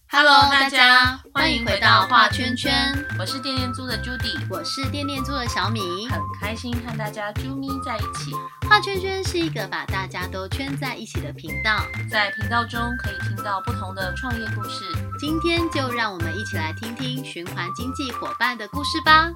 Hello， 大家欢迎回到画圈圈， 我是电念猪的 Judy， 我是电念猪的小米， 很开心和大家啾咪在一起。 画圈圈是一个把大家都圈在一起的频道， 在频道中可以听到不同的创业故事。 今天就让我们一起来听听循环经济伙伴的故事吧。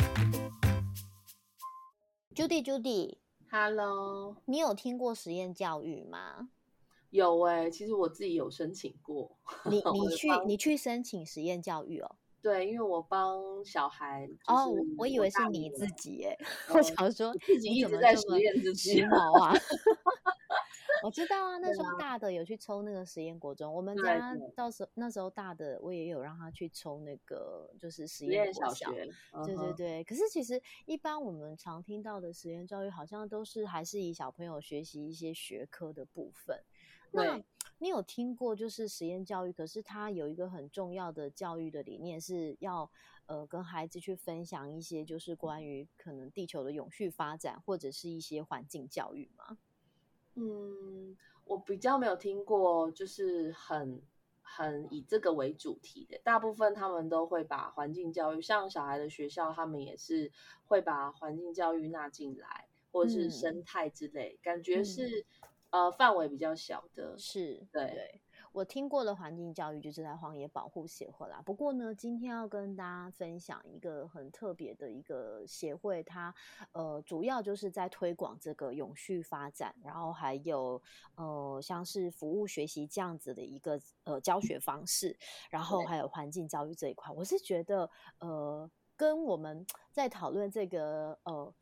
Judy， Hello， 你有听过实验教育吗？ 有其实我自己有申请过。 你去申请实验教育哦？ 对，因为我帮小孩。 我以为是你自己耶。我想说自己一直在实验自己， 时髦啊。我知道啊，那时候大的有去抽那个实验国中，我们家那时候大的我也有让他去抽那个就是实验小学。对。可是其实一般我们常听到的实验教育，好像都是还是以小朋友学习一些学科的部分。那你有听过就是实验教育，可是它有一个很重要的教育的理念是要跟孩子去分享一些就是关于可能地球的永续发展或者是一些环境教育吗？ 我比较没有听过就是很以这个为主题的，大部分他们都会把环境教育，像小孩的学校他们也是会把环境教育纳进来，或者是生态之类，感觉是范围比较小的。 是， 对， 我听过的环境教育就是在荒野保护协会啦。不过呢，今天要跟大家分享一个很特别的一个协会，它主要就是在推广这个永续发展，然后还有像是服务学习这样子的一个教学方式，然后还有环境教育这一块，我是觉得跟我们在讨论这个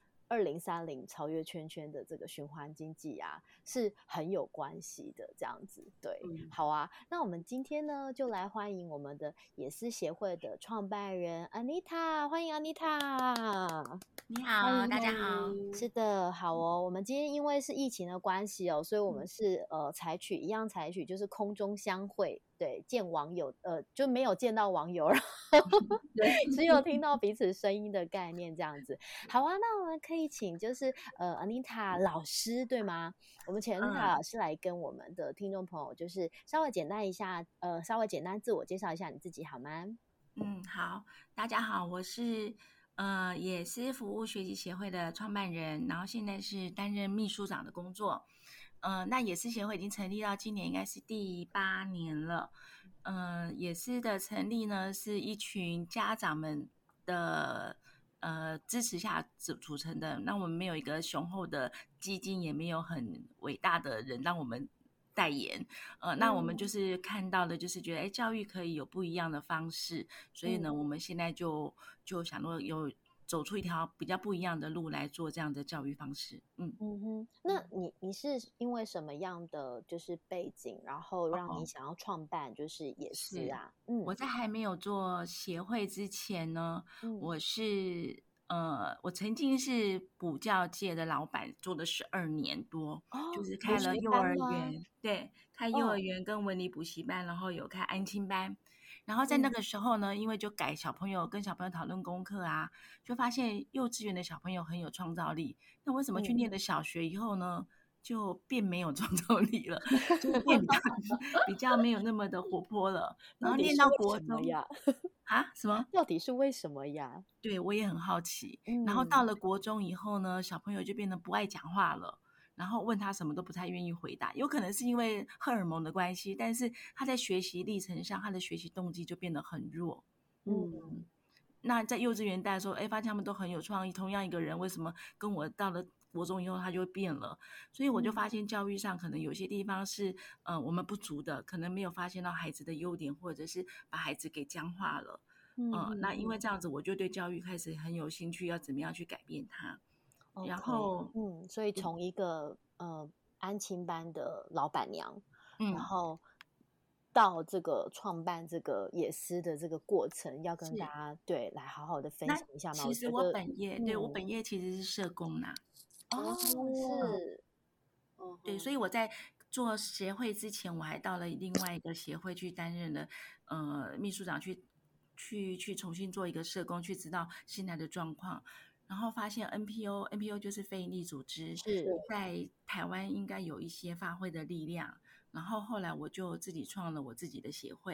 2030超越圈圈的这个循环经济啊，是很有关系的，这样子。对，好啊。那我们今天呢，就来欢迎我们的野思协会的创办人 Anita， 欢迎 Anita。 你好，大家好。 是的，好哦。我们今天因为是疫情的关系哦，所以我们是采取就是空中相会，对，见网友，就没有见到网友，然后只有听到彼此声音的概念这样子。好啊，那我们可以请就是Anita 老师对吗？我们请 Anita 老师来跟我们的听众朋友就是稍微简单自我介绍一下你自己好吗？ 好，大家好，我是也是服务学习协会的创办人，然后现在是担任秘书长的工作。那也是协会已经成立到今年应该是第8年了。也是的成立呢，是一群家长们的支持下组成的。那我们没有一个雄厚的基金，也没有很伟大的人让我们代言。那我们就是看到的就是觉得教育可以有不一样的方式，所以呢我们现在就想说有走出一条比较不一样的路来做这样的教育方式。 那你是因为什么样的就是背景，然后让你想要创办就是野思啊？ 我在还没有做协会之前呢，我曾经是补教界的老板，做了12年多，就是开了幼儿园，对，开幼儿园跟文理补习班，然后有开安亲班。然后在那个时候呢，因为就跟小朋友讨论功课啊，就发现幼稚园的小朋友很有创造力，那为什么去念了小学以后呢，就变没有创造力了，就变比较没有那么的活泼了。然后念到国中呀， 什么？ 到底是为什么呀？ 对，我也很好奇。然后到了国中以后呢，小朋友就变得不爱讲话了，然后问他什么都不太愿意回答，有可能是因为荷尔蒙的关系，但是他在学习历程上，他的学习动机就变得很弱。那在幼稚园带的时候，发现他们都很有创意，同样一个人为什么跟我到了国中以后他就变了？所以我就发现教育上可能有些地方是我们不足的，可能没有发现到孩子的优点，或者是把孩子给僵化了。那因为这样子，我就对教育开始很有兴趣，要怎么样去改变它。然后所以从一个安亲班的老板娘，然后到这个创办这个野思的这个过程，要跟大家来好好的分享一下吗？ 其实我本业我本业其实是社工啦。 是， 对，所以我在做协会之前，我还到了另外一个协会去担任了秘书长，去重新做一个社工，去知道现在的状况。然后发现 NPO 就是非营利组织，在台湾应该有一些发挥的力量。然后后来我就自己创了我自己的协会，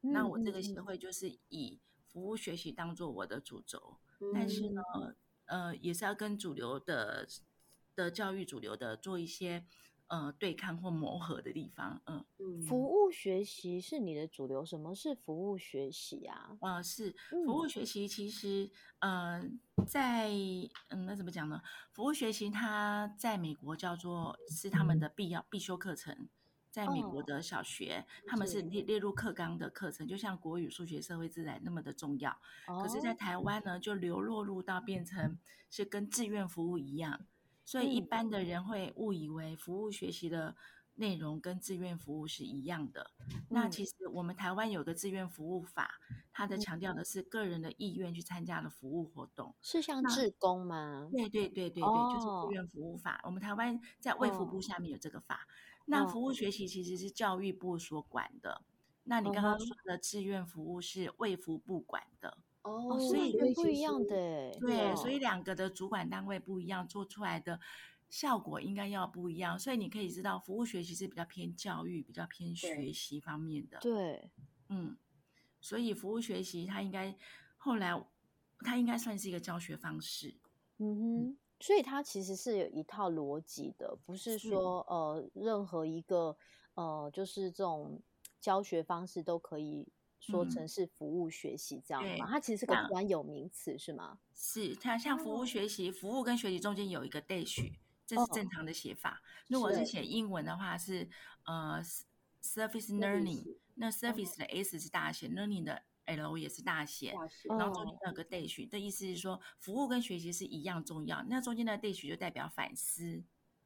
那我这个协会就是以服务学习当做我的主轴，但是呢，也是要跟主流的教育主流的做一些对抗或磨合的地方。 服务学习是你的主流，什么是服务学习啊？ 是服务学习，其实在那怎么讲呢？服务学习它在美国叫做是他们的必修课程。在美国的小学，他们是列入课纲的课程，就像国语、数学、社会、自然那么的重要。可是，在台湾呢，就流落入到变成是跟志愿服务一样，所以一般的人会误以为服务学习的内容跟志愿服务是一样的。那其实我们台湾有个志愿服务法，它的强调的是个人的意愿去参加的服务活动， 是像志工吗？ 对，就是志愿服务法。我们台湾在卫福部下面有这个法。那服务学习其实是教育部所管的，那你刚刚说的志愿服务是卫福部管的。 所以不一样的。 对，所以两个的主管单位不一样，做出来的效果应该要不一样。所以你可以知道，服务学习是比较偏教育、比较偏学习方面的。 对， 所以服务学习它应该后来它应该算是一个教学方式。 所以它其实是有一套逻辑的，不是说任何一个就是这种教学方式都可以说成是服务学习这样吗？它其实是个专有名词是吗？ 是，它像服务学习，服务跟学习中间有一个 dash， 这是正常的写法。如果是写英文的话是service learning， 那 service 的 S 是大写， learning 的L 也是大写，然后中间有个 dash， 的意思是说服务跟学习是一样重要，那中间的 dash 就代表反思。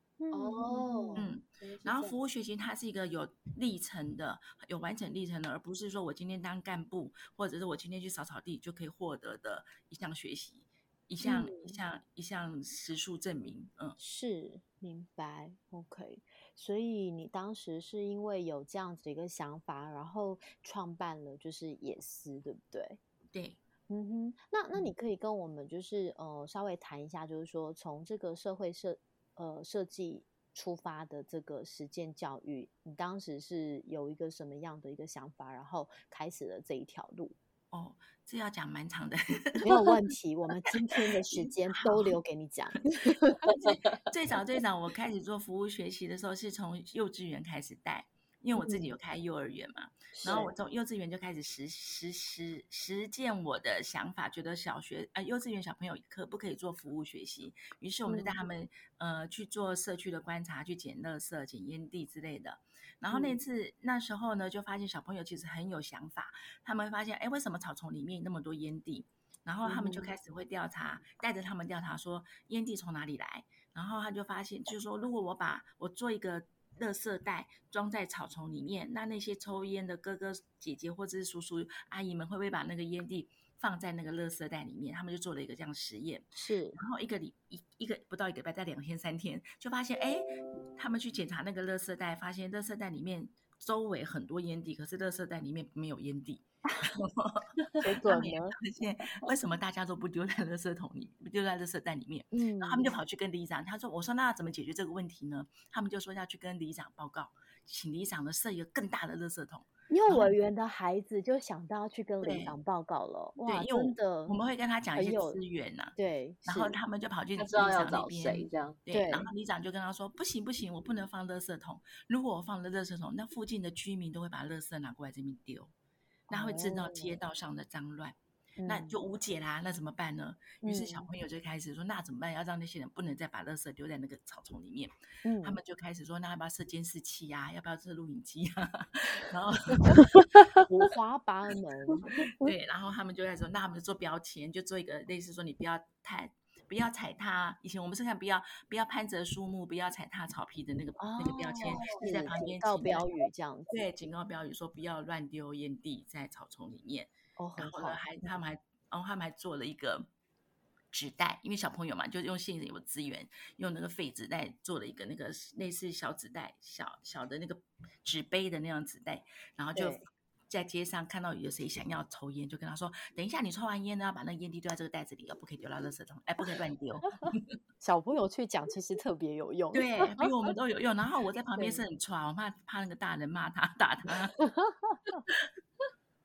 然后服务学习它是一个有历程的，有完整历程的，而不是说我今天当干部或者是我今天去扫扫地就可以获得的一项学习，一项实数证明。 是，明白。 OK， 所以你当时是因为有这样子的一个想法，然后创办了就是野思，对不对？ 对。 那你可以跟我们就是稍微谈一下，就是说从这个社会设计出发的这个实践教育，你当时是有一个什么样的一个想法，然后开始了这一条路？ 这要讲蛮长的。 没有问题，我们今天的时间都留给你讲。 最早我开始做服务学习的时候是从幼稚园开始带，因为我自己有开幼儿园嘛，然后我从幼稚园就开始实践我的想法，觉得幼稚园小朋友可不可以做服务学习，于是我们就带他们去做社区的观察，去捡垃圾、捡烟蒂之类的。然后那时候呢，就发现小朋友其实很有想法，他们发现为什么草丛里面那么多烟蒂，然后他们就开始会调查，带着他们调查说烟蒂从哪里来，然后他就发现就是说，如果我做一个垃圾袋装在草丛里面，那些抽烟的哥哥姐姐或者是叔叔阿姨们会不会把那个烟蒂放在那个垃圾袋里面？他们就做了一个这样实验， 是， 然后不到一个礼拜，在2天3天就发现，他们去检查那个垃圾袋，发现垃圾袋里面周围很多烟蒂，可是垃圾袋里面没有烟蒂。他们也发现为什么大家都不丢在垃圾桶里，丢在垃圾袋里面。然后他们就跑去跟里长，我说那要怎么解决这个问题呢？他们就说要去跟里长报告，请里长呢设一个更大的垃圾桶。 幼儿园的孩子就想到去跟里长报告了。哇，真的， 我们会跟他讲一些资源啊， 对， 然后他们就跑去里长那边， 这样， 对，然后里长就跟他说不行，我不能放垃圾桶，如果我放了垃圾桶，那附近的居民都会把垃圾拿过来这边丢，那会制造街道上的脏乱。那就无解啦，那怎么办呢？于是小朋友就开始说，那怎么办？要让那些人不能再把垃圾丢在那个草丛里面。他们就开始说，那要不要设监视器啊？要不要设录影机啊？然后五花八门。 对，然后他们就在说，那他们就做标签，就做一个类似说，你不要踩踏。以前我们是看不要攀折树木，不要踩踏草皮的那个标签，就在旁边警告标语这样子。 对，警告标语说不要乱丢烟蒂在草丛里面。然后呢，他们还做了一个纸袋，因为小朋友嘛，就用现有资源，用那个废纸袋做了一个那个类似小纸袋、小的那个纸杯的那样纸袋，然后就在街上看到有谁想要抽烟，就跟他说：“等一下，你抽完烟呢，要把那个烟蒂丢在这个袋子里，不可以丢到垃圾桶，不可以乱丢。” 小朋友去讲，其实特别有用， 对，比我们都有用。然后我在旁边是很抓，我怕那个大人骂他打他。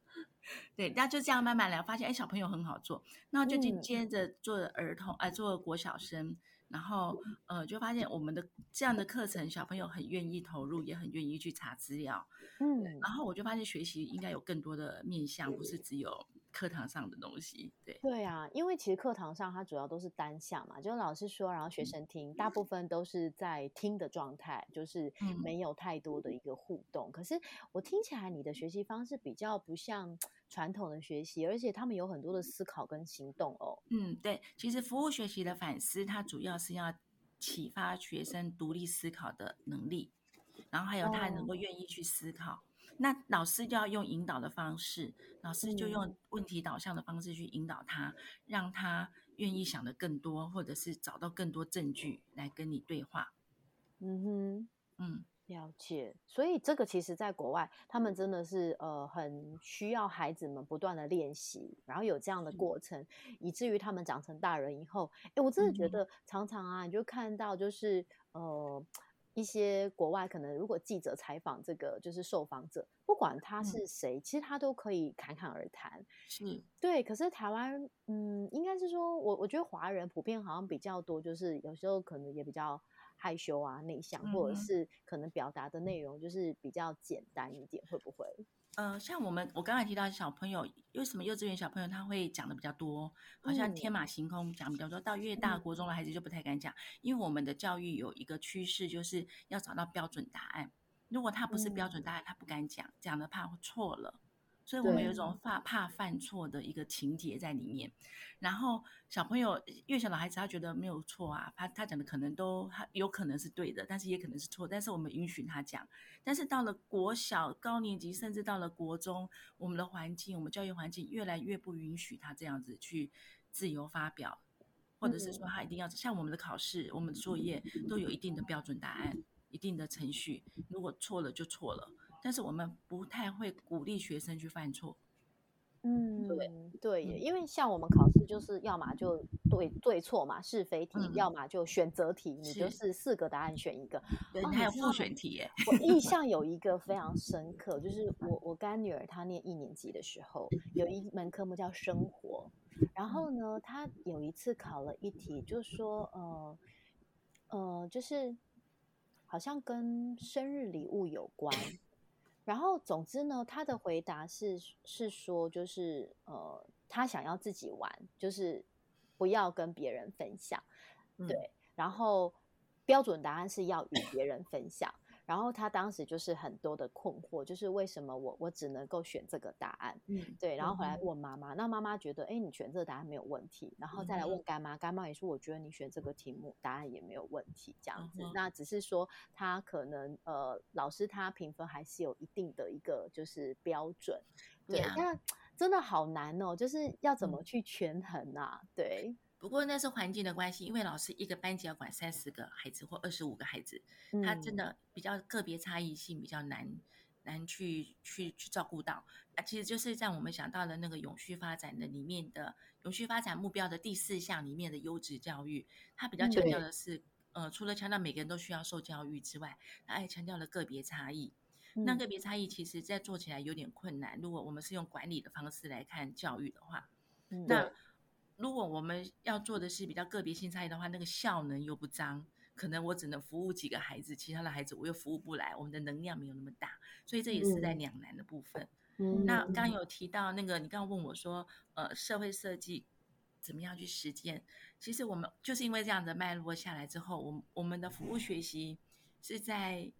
对，那就这样慢慢来，发现小朋友很好做，那就接着做儿童，做国小生，然后就发现我们的这样的课程，小朋友很愿意投入，也很愿意去查资料，然后我就发现学习应该有更多的面向，不是只有课堂上的东西。 对啊，因为其实课堂上它主要都是单向嘛，就是老师说，然后学生听，大部分都是在听的状态，就是没有太多的一个互动。可是我听起来你的学习方式比较不像传统的学习，而且他们有很多的思考跟行动哦。 对，其实服务学习的反思，它主要是要启发学生独立思考的能力，然后还有他能够愿意去思考。那老师就要用引导的方式，老师就用问题导向的方式去引导他，让他愿意想得更多，或者是找到更多证据来跟你对话。 了解。所以这个其实在国外他们真的是很需要孩子们不断的练习，然后有这样的过程，以至于他们长成大人以后，我真的觉得常常啊，你就看到就是一些国外可能如果记者采访这个就是受访者，不管他是谁，其实他都可以侃侃而谈。 是， 对，可是台湾应该是说我觉得华人普遍好像比较多，就是有时候可能也比较害羞啊内向，或者是可能表达的内容就是比较简单一点，会不会？ 像我刚才提到小朋友，为什么幼稚园小朋友他会讲的比较多，好像天马行空讲比较多，到越大国中的孩子就不太敢讲，因为我们的教育有一个趋势，就是要找到标准答案。如果他不是标准答案，他不敢讲，讲的怕错了。所以我们有一种怕犯错的一个情节在里面。然后小朋友越小的孩子，他觉得没有错啊，他讲的可能他有可能是对的，但是也可能是错，但是我们允许他讲。但是到了国小高年级，甚至到了国中，我们的环境，我们教育环境越来越不允许他这样子去自由发表，或者是说他一定要像我们的考试，我们的作业都有一定的标准答案，一定的程序，如果错了就错了。但是我们不太会鼓励学生去犯错。 对耶，因为像我们考试就是要么就对错嘛，是非题，要么就选择题，你就是4个答案选一个。 对，还有复选题耶。 我印象有一个非常深刻，就是我干女儿她念1年级的时候，有一门科目叫生活，然后呢，她有一次考了一题，就说就是好像跟生日礼物有关。然后总之呢，他的回答是说，就是他想要自己玩，就是不要跟别人分享，对。然后标准答案是要与别人分享。然后他当时就是很多的困惑，就是为什么我只能够选这个答案？对。然后后来问妈妈，那妈妈觉得，你选这个答案没有问题。然后再来问干妈，干妈也说，我觉得你选这个题目答案也没有问题，这样子。那只是说他可能老师他评分还是有一定的一个就是标准，对。但真的好难哦，就是要怎么去权衡啊？对。 不过那是环境的关系，因为老师一个班级要管30个孩子或25个孩子，他真的比较个别差异性比较难去照顾到。其实就是在我们想到的那个永续发展的里面的永续发展目标的第4项里面的优质教育，它比较强调的是除了强调每个人都需要受教育之外，它还强调了个别差异。那个别差异其实在做起来有点困难，如果我们是用管理的方式来看教育的话，那如果我们要做的是比较个别性差异的话，那个效能又不彰，可能我只能服务几个孩子，其他的孩子我又服务不来，我们的能量没有那么大，所以这也是在两难的部分。那刚刚有提到那个，你刚刚问我说，社会设计怎么样去实践？其实我们就是因为这样的脉络下来之后，我们的服务学习是在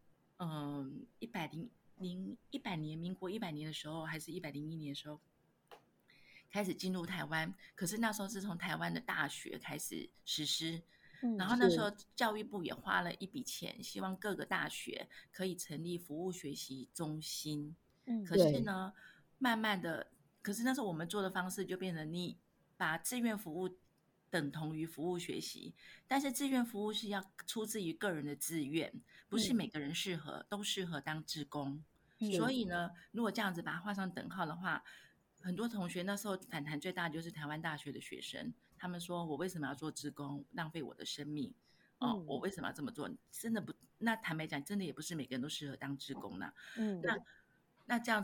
100年民国100年的时候，还是101年的时候开始进入台湾，可是那时候是从台湾的大学开始实施，然后那时候教育部也花了一笔钱，希望各个大学可以成立服务学习中心。可是呢，慢慢的，可是那时候我们做的方式就变成你把志愿服务等同于服务学习，但是志愿服务是要出自于个人的自愿，不是每个人都适合当志工。所以呢，如果这样子把它画上等号的话，很多同学那时候反弹最大的就是台湾大学的学生，他们说我为什么要做志工，浪费我的生命我为什么要这么做？真的不，那坦白讲，真的也不是每个人都适合当志工那这样子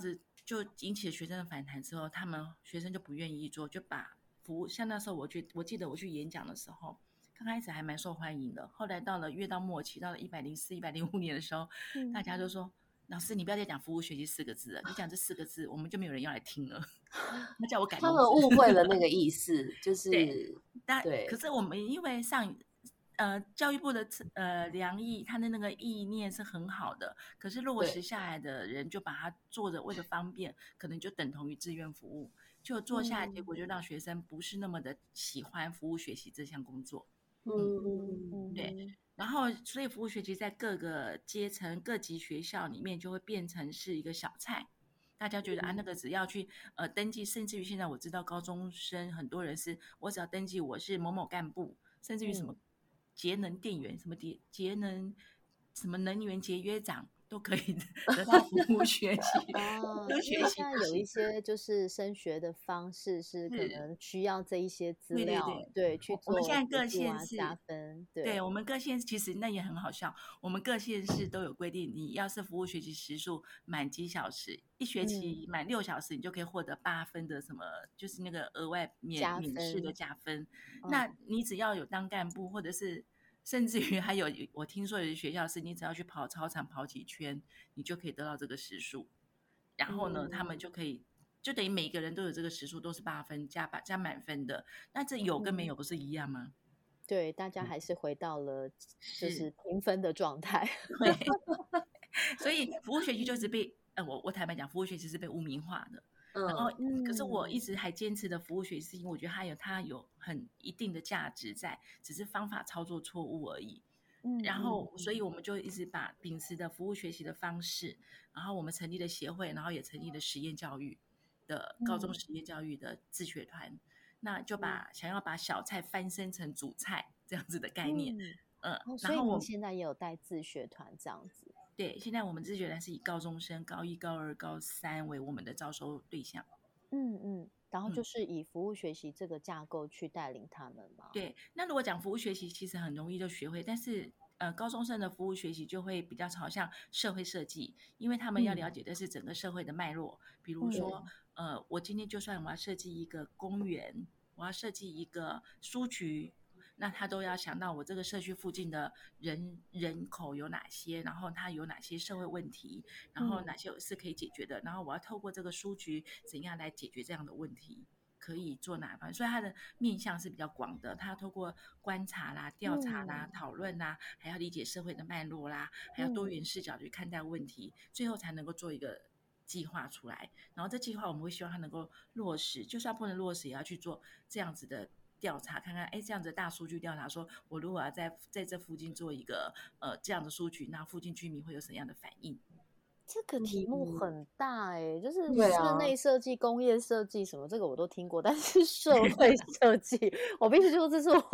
就引起了学生的反弹之后，他们学生就不愿意做，就把服务，像那时候我记得我去演讲的时候，刚开始还蛮受欢迎的，后来到了越到末期，到了104、105年的时候，大家就说。老师，你不要再讲服务学习4个字了，你讲这4个字，我们就没有人要来听了。那叫我改名字。 他们误会了那个意思，就是对。可是我们因为教育部的良意，他的那个意念是很好的，可是落实下来的人就把它做着为了方便，可能就等同于志愿服务，就做下来，结果就让学生不是那么的喜欢服务学习这项工作。对。然后，所以服务学习在各个阶层、各级学校里面就会变成是一个小菜。大家觉得那个只要去登记，甚至于现在我知道高中生很多人是，我只要登记我是某某干部，甚至于什么节能电源、什么节能、什么能源节约长都可以得到服务学习。 因为现在有一些就是升学的方式是可能需要这一些资料，对，去做。 我们现在各县市加分， 对，我们各县市其实那也很好笑，我们各县市都有规定，你要是服务学习时数满几小时，一学期满6小时，你就可以获得8分的什么，就是那个额外免试的加分。那你只要有当干部，或者是甚至于还有我听说有的学校是你只要去跑操场跑几圈，你就可以得到这个时数。然后呢，他们就可以就等于每个人都有这个时数，都是8分加满分的。那这有跟没有不是一样吗？ 对，大家还是回到了就是平分的状态。 对，所以服务学习就是被我坦白讲，服务学习是被污名化的。然后可是我一直还坚持的服务学习，是因为我觉得它有很一定的价值在，只是方法操作错误而已。然后所以我们就一直秉持的服务学习的方式，然后我们成立了协会，然后也成立了实验教育的高中实验教育的自学团，那就想要把小菜翻身成主菜这样子的概念。 所以你现在也有带自学团这样子？ 对，现在我们自学团是以高中生高1、高2、高3为我们的招收对象。 然后就是以服务学习这个架构去带领他们嘛。 对，那如果讲服务学习，其实很容易就学会，但是高中生的服务学习就会比较朝向社会设计，因为他们要了解的是整个社会的脉络。比如说我今天就算我要设计一个公园，我要设计一个书局，那他都要想到我这个社区附近的人口有哪些，然后他有哪些社会问题，然后哪些是可以解决的，然后我要透过这个书局怎样来解决这样的问题，可以做哪方面，所以它的面向是比较广的，它透过观察啦、调查啦、讨论啦，还要理解社会的脉络啦，还要多元视角去看待问题，最后才能够做一个计划出来。然后这计划我们会希望它能够落实，就算不能落实，也要去做这样子的调查，看看这样子的大数据调查，说我如果要在这附近做一个这样的数据，那附近居民会有什么样的反应？ 这个题目很大就是室内设计、工业设计什么，这个我都听过，但是社会设计，我必须说这是我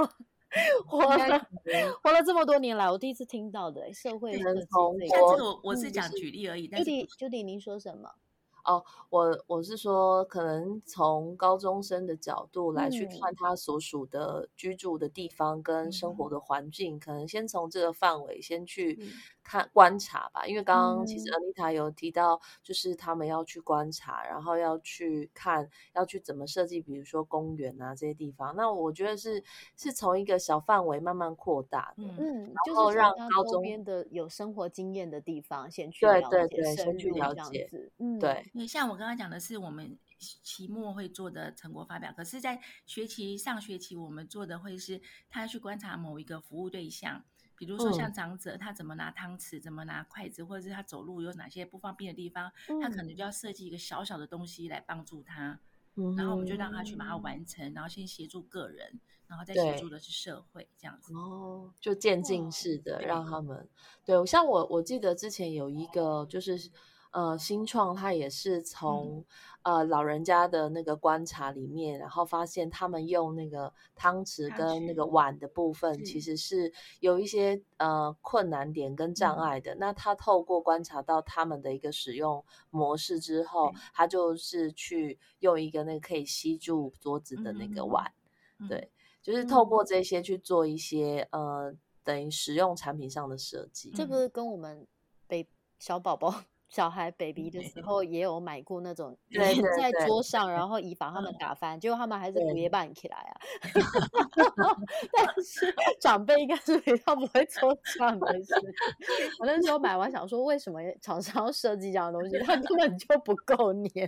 活了这么多年来我第一次听到的社会设计。 像这个我是讲举例而已。 Judy 您说什么？ 我是说，可能从高中生的角度来去看他所属的居住的地方跟生活的环境，可能先从这个范围先去观察吧。因为刚刚其实 Anita 有提到，就是他们要去观察，然后要去看，要去怎么设计，比如说公园啊这些地方。那我觉得是从一个小范围慢慢扩大的，然后让高中边的有生活经验的地方先去了解， 对，先去了解，对。 像我刚刚讲的是我们期末会做的成果发表，可是在上学期我们做的会是他去观察某一个服务对象，比如说像长者他怎么拿汤匙，怎么拿筷子，或者是他走路有哪些不方便的地方，他可能就要设计一个小小的东西来帮助他，然后我们就让他去把它完成，然后先协助个人，然后再协助的是社会，这样子。 就渐进式的让他们。对，像我记得之前有一个就是新创，他也是从老人家的那个观察里面，然后发现他们用那个汤匙跟那个碗的部分其实是有一些困难点跟障碍的。那他透过观察到他们的一个使用模式之后，他就是去用一个那个可以吸住桌子的那个碗，对，就是透过这些去做一些等于实用产品上的设计。 这不是跟我们小宝宝小孩 baby 的时候也有买过那种对对在对桌上，然后以防他们打翻，结果他们还是不夜半起来啊。但是长辈应该是比较不会做这样的事情。我那时候买完想说，为什么厂商要设计这样的东西？它根本就不够黏。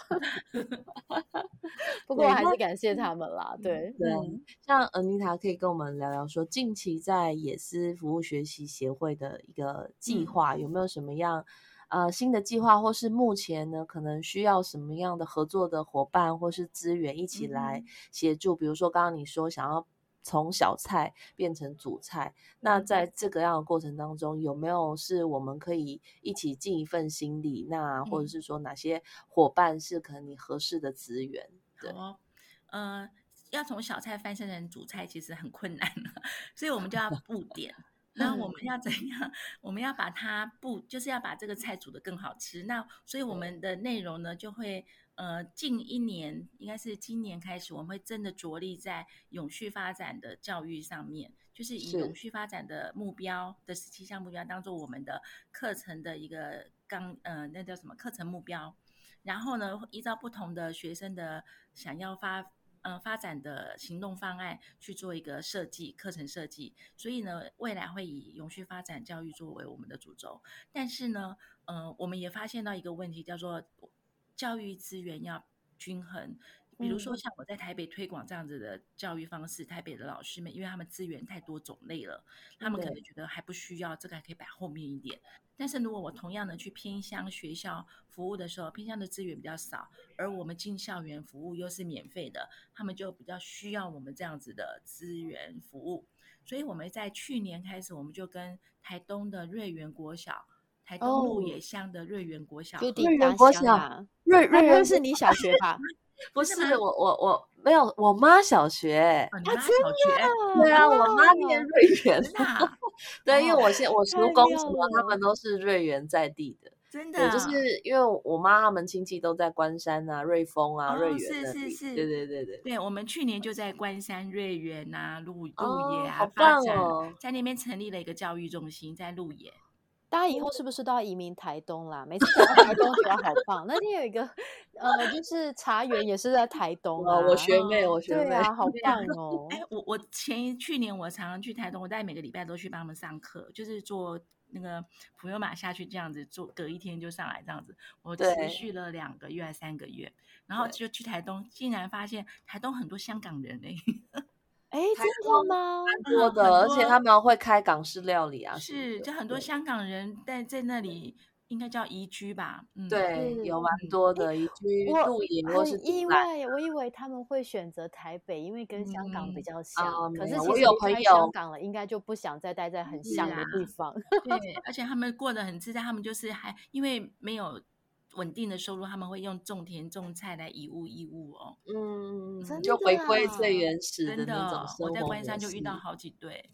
不过我还是感谢他们啦。对， 对，像Anita可以跟我们聊聊说，近期在野思服务学习协会的一个计划，有没有什么样新的计划，或是目前呢可能需要什么样的合作的伙伴或是资源一起来协助？比如说刚刚你说想要从小菜变成主菜，那在这个样的过程当中，有没有是我们可以一起尽一份心力？那或者是说哪些伙伴是可能你合适的资源？对， 好哦，要从小菜翻身成主菜其实很困难所以我们就要布点。那我们要怎样？我们要把它就是要把这个菜煮得更好吃。那所以我们的内容呢，就会近一年，应该是今年开始，我们会真的着力在永续发展的教育上面，就是以永续发展的目标的17项目标当做我们的课程的一个那叫什么课程目标。然后呢，依照不同的学生的想要发展的行动方案去做一个课程设计。所以呢，未来会以永续发展教育作为我们的主轴。但是呢，我们也发现到一个问题，叫做教育资源要均衡。比如说像我在台北推广这样子的教育方式，台北的老师们因为他们资源太多种类了，他们可能觉得还不需要，这个还可以摆后面一点。但是如果我同样的去偏乡学校服务的时候，偏乡的资源比较少，而我们进校园服务又是免费的，他们就比较需要我们这样子的资源服务。所以我们在去年开始，我们就跟台东的瑞园国小、台东鹿野乡的瑞园国小， 就瑞园国小瑞园是你小学吧？ 不是我没有，我妈小学， 你妈小学， 对啊，我妈念瑞园，对，因为我叔公什么他们都是瑞园在地的， 真的， 对，就是因为我妈他们亲戚都在关山啊、瑞丰啊、瑞园那里， 是， 对， 我们去年就在关山、瑞园啊、鹿野啊好棒发展， 哦， 在那边成立了一个教育中心，在鹿野。 大家以后是不是都要移民台东啦？每次讲到台东觉得好棒。那天有一个就是茶园也是在台东啊。 我学妹， 对啊，好棒哦。 我去年我常常去台东，我大概每个礼拜都去帮他们上课，就是坐那个普悠玛下去这样子，隔一天就上来这样子。我持续了2个月还3个月，然后就去台东，竟然发现台东很多香港人真的吗？ 蛮多的，而且他们会开港式料理啊， 是，就很多香港人在那里，应该叫移居吧？ 对，有蛮多的移居鹿野或是意外，我以为他们会选择台北，因为跟香港比较像。可是其实离开香港了，应该就不想再待在很像的地方。 对，而且他们过得很自在，他们就是因为没有稳定的收入，他们会用种田种菜来以物易物哦。 就回归最原始的那种生活模式。 我在关山就遇到好几对。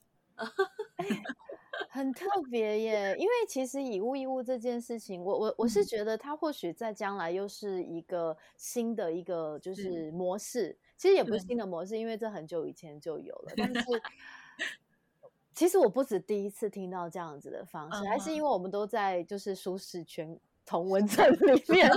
很特别耶，因为其实以物易物这件事情，我是觉得它或许在将来又是一个新的一个就是模式，其实也不是新的模式，因为这很久以前就有了。但是其实我不止第一次听到这样子的方式，还是因为我们都在就是舒适圈同温层里面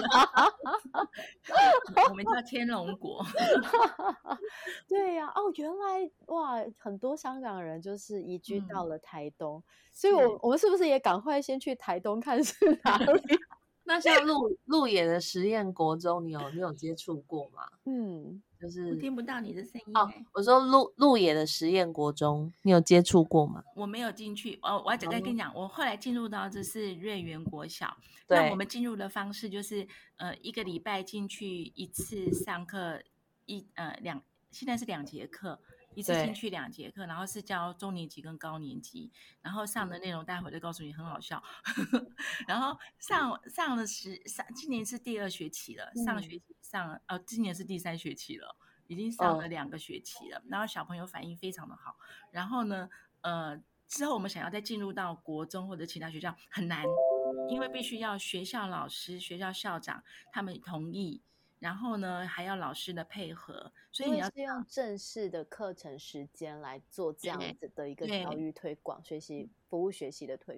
我们叫天龙国。 对呀，原来哇，很多香港人就是移居到了台东，所以我们是不是也赶快先去台东看是哪里？ 那像鹿野的实验国中，你有接触过吗？就是我听不到你的声音我说鹿野的实验国中，你有接触过吗？ 我没有进去我要跟你讲，我后来进入到这是瑞园国小。 对， 那我们进入的方式就是1个礼拜进去1次上课，现在是2节课，一次进去2节课，然后是教中年级跟高年级，然后上的内容待会就告诉你很好笑。然后上了今年是第2学期了，上学期今年是第3学期了，已经上了2个学期了，然后小朋友反应非常的好。然后呢之后我们想要再进入到国中或者其他学校很难，因为必须要学校老师、学校校长他们同意，然后呢还要老师的配合，所以你要是用正式的课程时间来做这样子的一个教育推广、服务学习的推广。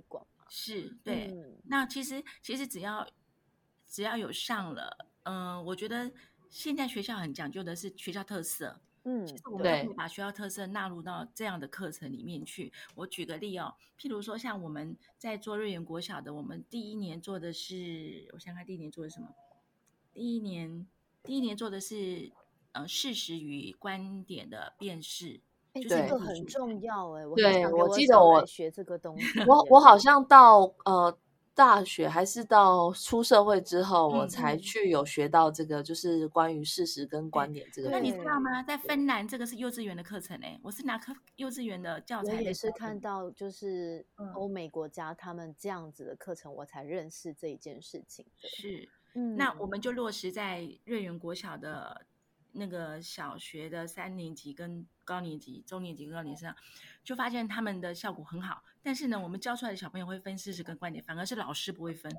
是，对。那其实只要有上了，我觉得现在学校很讲究的是学校特色。其实我们就可以把学校特色纳入到这样的课程里面去。我举个例哦，譬如说像我们在做瑞园国小的，我们第一年做的是，我想看第一年做的什么？第一年做的是事实与观点的辨识， 这个很重要我很对， 想给我记得小孩学这个东西。 我好像到大学还是到出社会之后，我才去有学到这个，就是关于事实跟观点这个。 那你知道吗？在芬兰这个是幼稚园的课程我是拿幼稚园的教材。 我也是看到就是欧美国家他们这样子的课程，我才认识这一件事情的。 是，那我们就落实在瑞园国小的那个小学的3年级跟高年级、中年级跟高年级上，就发现他们的效果很好。但是呢，我们教出来的小朋友会分事实跟观点，反而是老师不会分。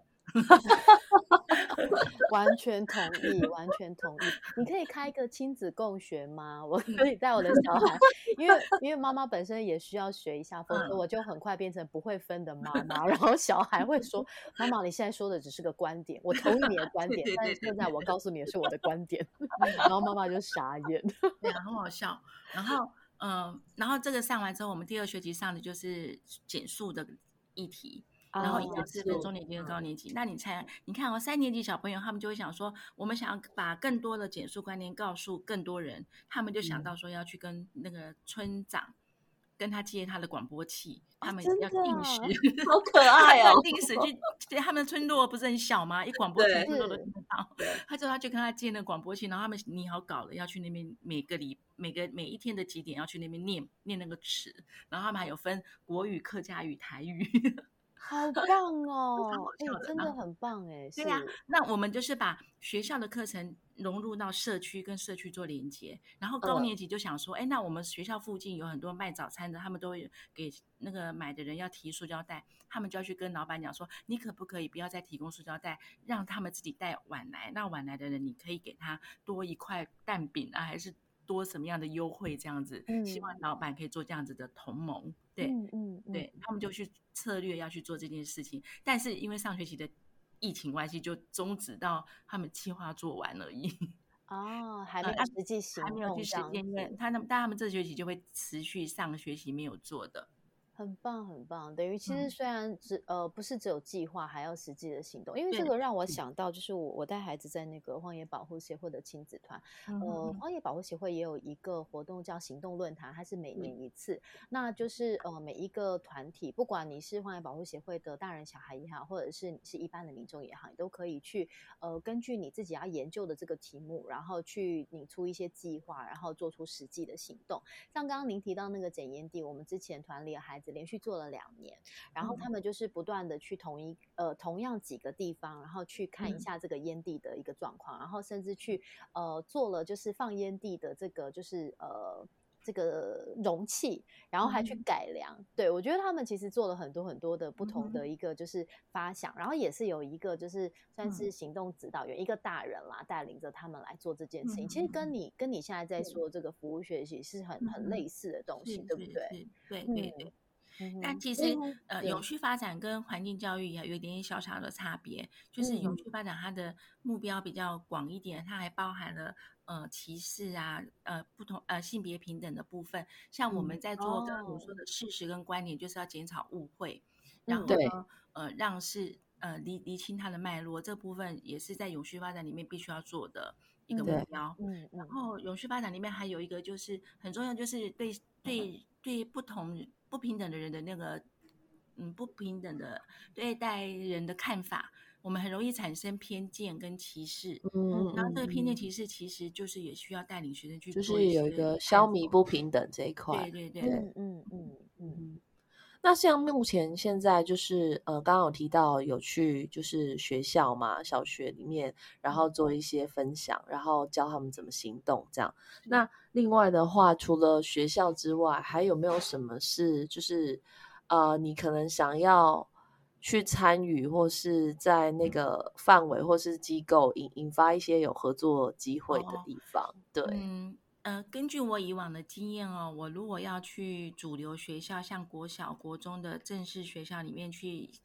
完全同意，完全同意。你可以开一个亲子共学吗？我可以带我的小孩，因为妈妈本身也需要学一下，否则我就很快变成不会分的妈妈。然后小孩会说：“妈妈，你现在说的只是个观点，我同意你的观点，但是现在我告诉你的是我的观点。”然后妈妈就傻眼。 对啊，很好笑。然后这个上完之后，我们第2学期上的就是减速的议题。然后也是分中年级跟高年级。那你看3年级小朋友他们就会想说，我们想要把更多的减速观念告诉更多人，他们就想到说要去跟那个村长跟他借他的广播器，他们要定时， 好可爱哦， 定时去他们的村落不是很小吗？一广播全村落都听得到。他就跟他借那个广播器，然后他们拟好稿了，要去那边每一天的几点要去那边念那个词，然后他们还有分国语、客家语、台语。 好棒哦！真的很棒对呀，那我们就是把学校的课程融入到社区，跟社区做连接。然后高年级就想说，那我们学校附近有很多卖早餐的，他们都会给那个买的人要提塑胶袋，他们就要去跟老板讲说，你可不可以不要再提供塑胶袋，让他们自己带碗来。那碗来的人，你可以给他多1块蛋饼啊，还是多什么样的优惠这样子？希望老板可以做这样子的同盟。对，对，他们就去策略要去做这件事情，但是因为上学期的疫情关系，就终止到他们计划做完而已。 还没有实际行动， 还没有去实践，因为但他们这学期就会持续上学期没有做的。 很棒，很棒。等于其实虽然不是只有计划，还要实际的行动。因为这个让我想到，就是我带孩子在那个荒野保护协会的亲子团。荒野保护协会也有一个活动叫行动论坛，它是每年1次。那就是每一个团体，不管你是荒野保护协会的大人小孩也好，或者是你是一般的民众也好，你都可以去根据你自己要研究的这个题目，然后去拟出一些计划，然后做出实际的行动。像刚刚您提到那个检验地，我们之前团里的孩子连续做了2年，然后他们就是不断的去同样几个地方，然后去看一下这个烟蒂的一个状况，然后甚至去做了就是放烟蒂的这个就是这个容器，然后还去改良。对，我觉得他们其实做了很多很多的不同的一个就是发想，然后也是有一个就是算是行动指导员，一个大人啦带领着他们来做这件事情。其实跟你现在在说这个服务学习是很类似的东西，对不对？ 对对对。但其实永续发展跟环境教育也有一点小小的差别，就是永续发展它的目标比较广一点，它还包含了歧视啊，不同性别平等的部分。像我们在做刚刚我说的事实跟观点，就是要减少误会，然后呢让厘清它的脉络，这部分也是在永续发展里面必须要做的一个目标。然后永续发展里面还有一个就是很重要，就是对不平等的人的那个不平等的对待人的看法，我们很容易产生偏见跟歧视。然后这个偏见歧视其实就是也需要带领学生去做， 就是有一个消弭不平等这一块。 对。 那像目前现在就是刚刚有提到有去就是学校嘛，小学里面，然后做一些分享，然后教他们怎么行动这样。那另外的话，除了学校之外，还有没有什么是就是你可能想要去参与，或是在那个范围或是机构引发一些有合作机会的地方？对。 根据我以往的经验我如果要去主流学校，像国小、国中的正式学校里面去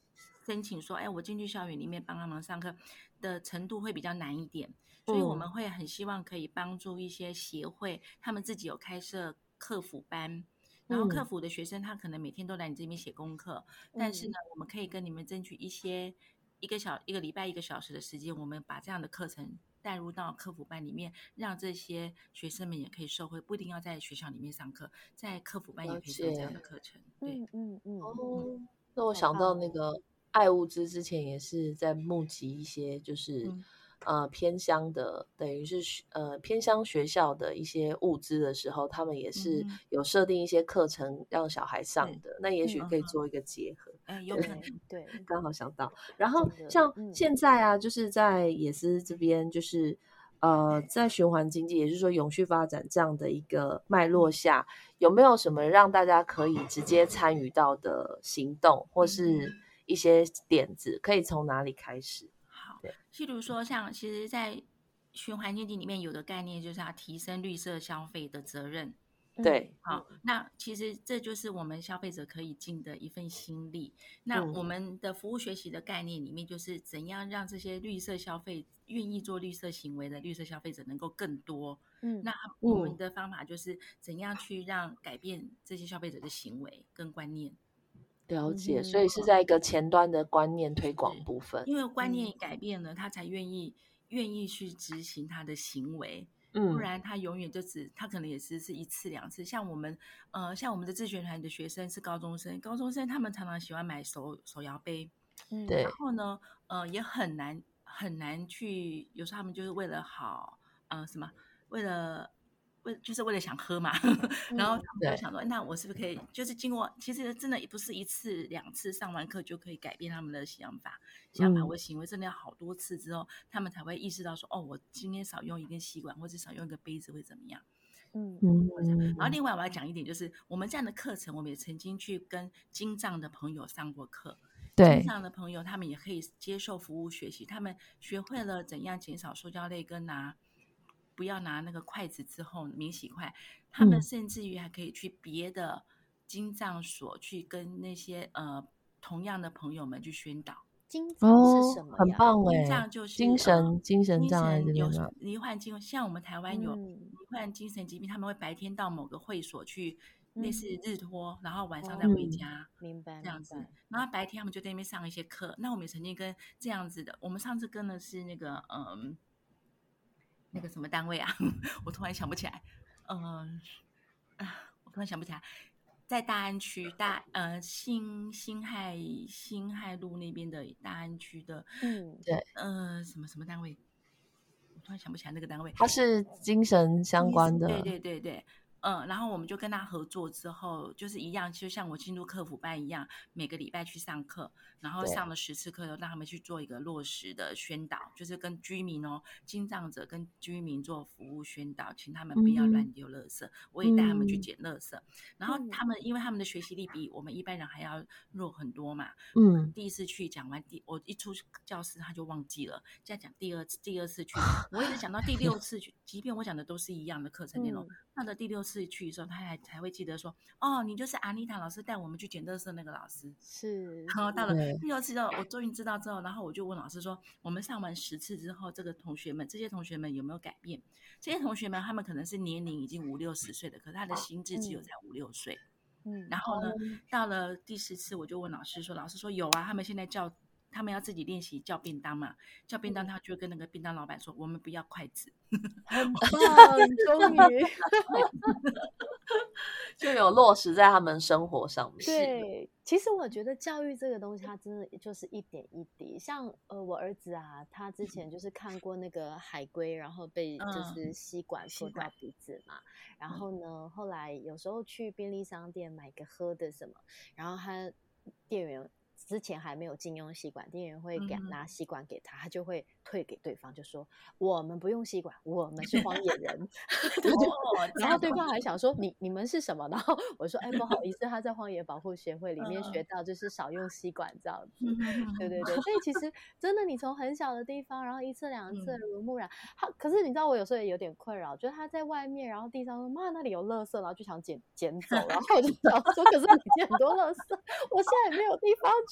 申请说，我进去校园里面帮他们上课的程度会比较难一点，所以我们会很希望可以帮助一些协会，他们自己有开设客服班，然后客服的学生他可能每天都来你这边写功课，但是呢，我们可以跟你们争取一个礼拜1个小时的时间，我们把这样的课程带入到客服班里面，让这些学生们也可以受惠，不一定要在学校里面上课，在客服班也可以上这样的课程。对， 那我想到那个爱物资之前也是在募集一些就是偏乡的，等于是偏乡学校的一些物资的时候，他们也是有设定一些课程让小孩上的，那也许可以做一个结合。 有可能， 对， 刚好想到。然后像现在啊，就是在野思这边，就是在循环经济，也就是说永续发展这样的一个脉络下，有没有什么让大家可以直接参与到的行动，或是一些点子，可以从哪里开始？ 好，譬如说其实在循环经济里面有的概念就是要提升绿色消费的责任。 对， 好，那其实这就是我们消费者可以尽的一份心力。那我们的服务学习的概念里面，就是怎样让这些绿色消费愿意做绿色行为的绿色消费者能够更多。那我们的方法就是怎样去让改变这些消费者的行为跟观念。 了解，所以是在一个前端的观念推广部分， 因为观念改变了，他才愿意去执行他的行为。不然他永远他可能也是1次2次。像我们的自学团的学生是高中生他们常常喜欢买手摇杯， 对， 然后呢也很难去，有时候他们就是为了就是为了想喝嘛，然后他们就想说，那我是不是可以就是经过，其实真的也不是1次2次上完课就可以改变他们的想法或行为，真的要好多次之后，他们才会意识到说，我今天少用一根吸管或者少用一个杯子会怎么样。然后另外我要讲一点，就是我们这样的课程，我们也曾经去跟精障的朋友上过课。精障的朋友他们也可以接受服务学习，他们学会了怎样减少塑胶类跟不要拿那个筷子之后免洗筷，他们甚至于还可以去别的精障所去跟那些同样的朋友们去宣导。 精障是什么呀？ 很棒耶！ 精障就是精神障碍， 有罹患像我们台湾有罹患精神疾病，他们会白天到某个会所去类似日托，然后晚上再回家， 明白这样子。然后白天他们就在那边上一些课。那我们也曾经跟这样子的，我们上次跟的是那个什么单位啊？我突然想不起来。我突然想不起来，在大安区辛亥路那边的大安区的， 对， 什么单位？我突然想不起来那个单位。 它是精神相关的， 对。然后我们就跟他合作之后，就是一样，就像我进入客服班一样，每个礼拜去上课，然后上了10次课，让他们去做一个落实的宣导，就是跟居民精障者跟居民做服务宣导，请他们不要乱丢垃圾，我也带他们去捡垃圾。然后他们因为他们的学习力比我们一般人还要弱很多嘛，第一次去讲完我一出教室他就忘记了，再讲第二次去，我一直讲到第6次去，即便我讲的都是一样的课程内容，到了第6次去的时候，他才会记得说，你就是阿妮塔老师带我们去捡垃圾那个老师。 是。 然后到了第6次之后，我终于知道之后，然后我就问老师说，我们上完10次之后，这些同学们有没有改变？这些同学们他们可能是年龄已经50、60岁的，可是他的心智只有在5、6岁。然后呢，到了第10次，我就问老师说有啊，他们现在他们要自己练习叫便当嘛，叫便当他就跟那个便当老板说，我们不要筷子。 很棒，终于就有落实在他们生活上面。 对，其实我觉得教育这个东西，它真的就是一点一滴。像我儿子啊，他之前就是看过那个海龟，然后被就是吸管戳到鼻子嘛。然后呢，后来有时候去便利商店买个喝的什么，然后他店员之前还没有禁用吸管，店员会拿吸管给他，他就会退给对方，就说我们不用吸管，我们是荒野人。然后对方还想说你们是什么？然后我说不好意思，他在荒野保护协会里面学到就是少用吸管这样子。对，所以其实真的你从很小的地方，然后1次2次耳濡目染。可是你知道我有时候也有点困扰，就是他在外面，然后地上说妈那里有垃圾，然后就想捡走，然后我就想说可是你捡很多垃圾，我现在也没有地方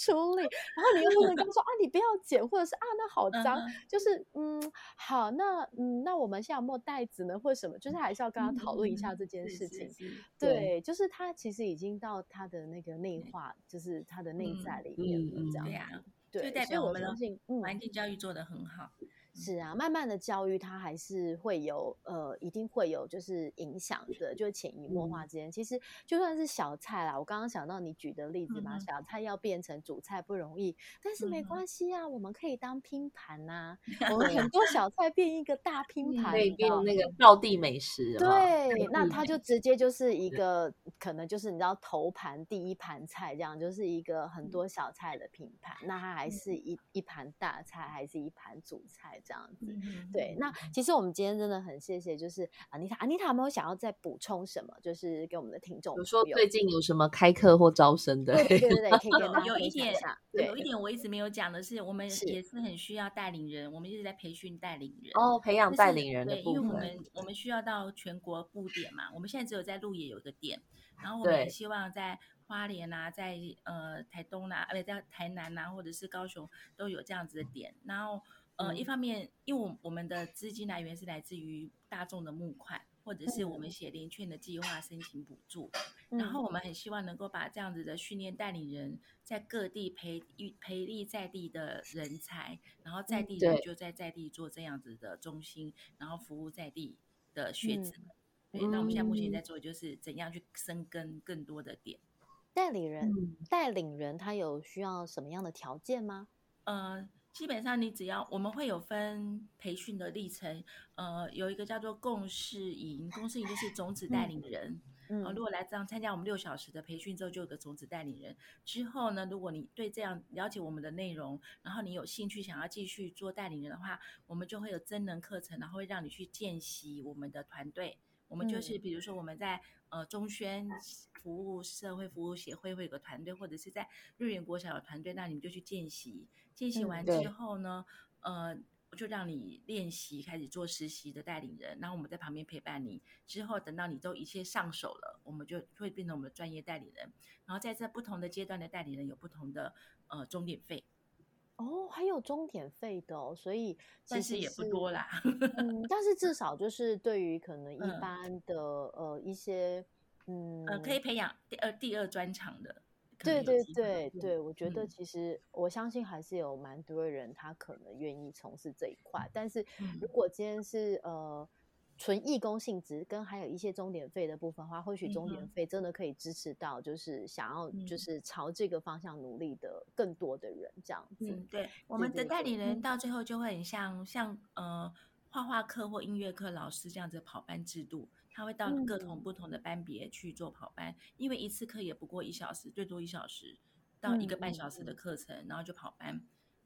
处理，然后你又不能跟他说啊你不要捡，或者是啊那好脏，就是好那我们现在有没有袋子呢，或者什么，就是还是要跟他讨论一下这件事情。对，就是他其实已经到他的那个内化，就是他的内在里面了，这样。 对啊， 对， 就代表我们的环境教育做得很好。 是啊，慢慢的教育它还是会有一定会有就是影响的，就是潜移默化之间。其实就算是小菜啦，我刚刚想到你举的例子嘛，小菜要变成主菜不容易，但是没关系啊，我们可以当拼盘啊，我们很多小菜变一个大拼盘， 可以变那个道地美食。 对，那它就直接就是一个可能就是你知道头盘第一盘菜这样，就是一个很多小菜的拼盘，那它还是一盘大菜，还是一盘主菜。这样子，对。那其实我们今天真的很谢谢，就是Anita有没有想要再补充什么？就是给我们的听众，比如说最近有什么开课或招生的？ 对，可以跟大家有一点， 有一点我一直没有讲的是，我们也是很需要带领人，我们一直在培训带领人培养带领人的部分。 因为我们需要到全国布点嘛，我们现在只有在鹿野有一个点，然后我们也希望在花莲啊，在台东啊，在台南啊，或者是高雄都有这样子的点，然后。一方面，因为我们的资金来源是来自于大众的募款，或者是我们写联券的计划申请补助，然后我们很希望能够把这样子的训练带领人在各地培力在地的人才，然后在地人就在地做这样子的中心，然后服务在地的学子们。对，那我们现在目前在做就是怎样去深耕更多的点。 带领人他有需要什么样的条件吗？ 基本上你只要我们会有分培训的历程，有一个叫做共识营，共识营就是种子带领人。如果来这样参加我们6小时的培训之后，就有个种子带领人。之后呢，如果你对这样了解我们的内容，然后你有兴趣想要继续做带领人的话，我们就会有增能课程，然后会让你去见习我们的团队。我们就是比如说我们在中宣社会服务协会会有个团队，或者是在绿园国小的团队，那你们就去见习完之后呢，我就让你练习开始做实习的带领人，然后我们在旁边陪伴你，之后等到你都一切上手了，我们就会变成我们的专业带领人，然后在这不同的阶段的带领人有不同的钟点费。 还有钟点费的所以其实也不多啦。 但是至少就是对于可能一般的一些可以培养第二专长的。 对，我觉得其实我相信还是有蛮多人他可能愿意从事这一块，但是如果今天是纯义工性质跟还有一些钟点费的部分的话，或许钟点费真的可以支持到就是想要就是朝这个方向努力的更多的人这样子。 对，我们的带领人到最后就会很像画画课或音乐课老师这样子的跑班制度，他会到各种不同的班别去做跑班，因为一次课也不过1小时，最多1小时到1个半小时的课程，然后就跑班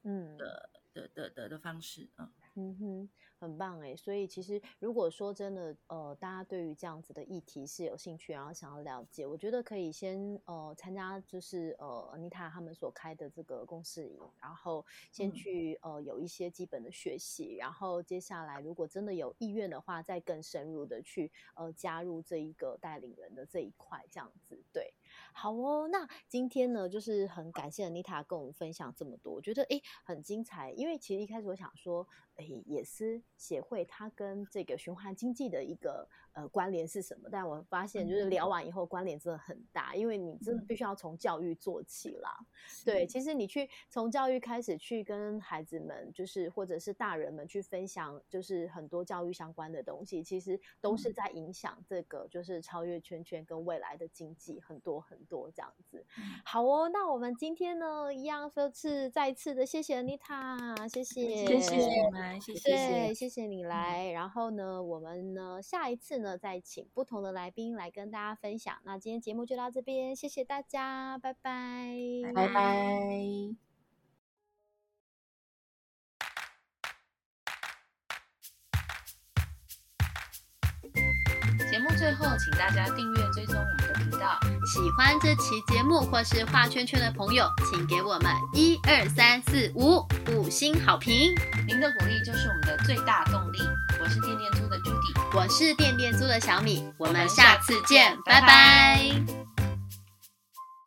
的方式。 很棒哎，所以其实如果说真的大家对于这样子的议题是有兴趣，然后想要了解，我觉得可以先参加就是Anita 他们所开的这个共识营，然后先去有一些基本的学习，然后接下来如果真的有意愿的话，再更深入的去加入这一个带领人的这一块这样子。对，好那今天呢就是很感谢 Anita 跟我们分享这么多，我觉得很精彩，因为其实一开始我想说也是协会它跟这个循环经济的一个关联是什么，但我发现就是聊完以后关联真的很大，因为你真的必须要从教育做起啦。对，其实你去从教育开始去跟孩子们就是或者是大人们去分享就是很多教育相关的东西，其实都是在影响这个就是超越圈圈跟未来的经济很多很多这样子。好那我们今天呢一样是再一次的谢谢 Anita， 谢谢你们， 谢谢你来。然后呢我们呢下一次呢再请不同的来宾来跟大家分享。那今天节目就到这边，谢谢大家，拜拜， 拜拜。 节目最后，请大家订阅追踪我们的频道。喜欢这期节目或是画圈圈的朋友，请给我们1、2、3、4、5星好评。 您的鼓励就是我们的最大动力。我是电电猪的 Judy， 我是电电猪的小米，我们下次见，拜拜。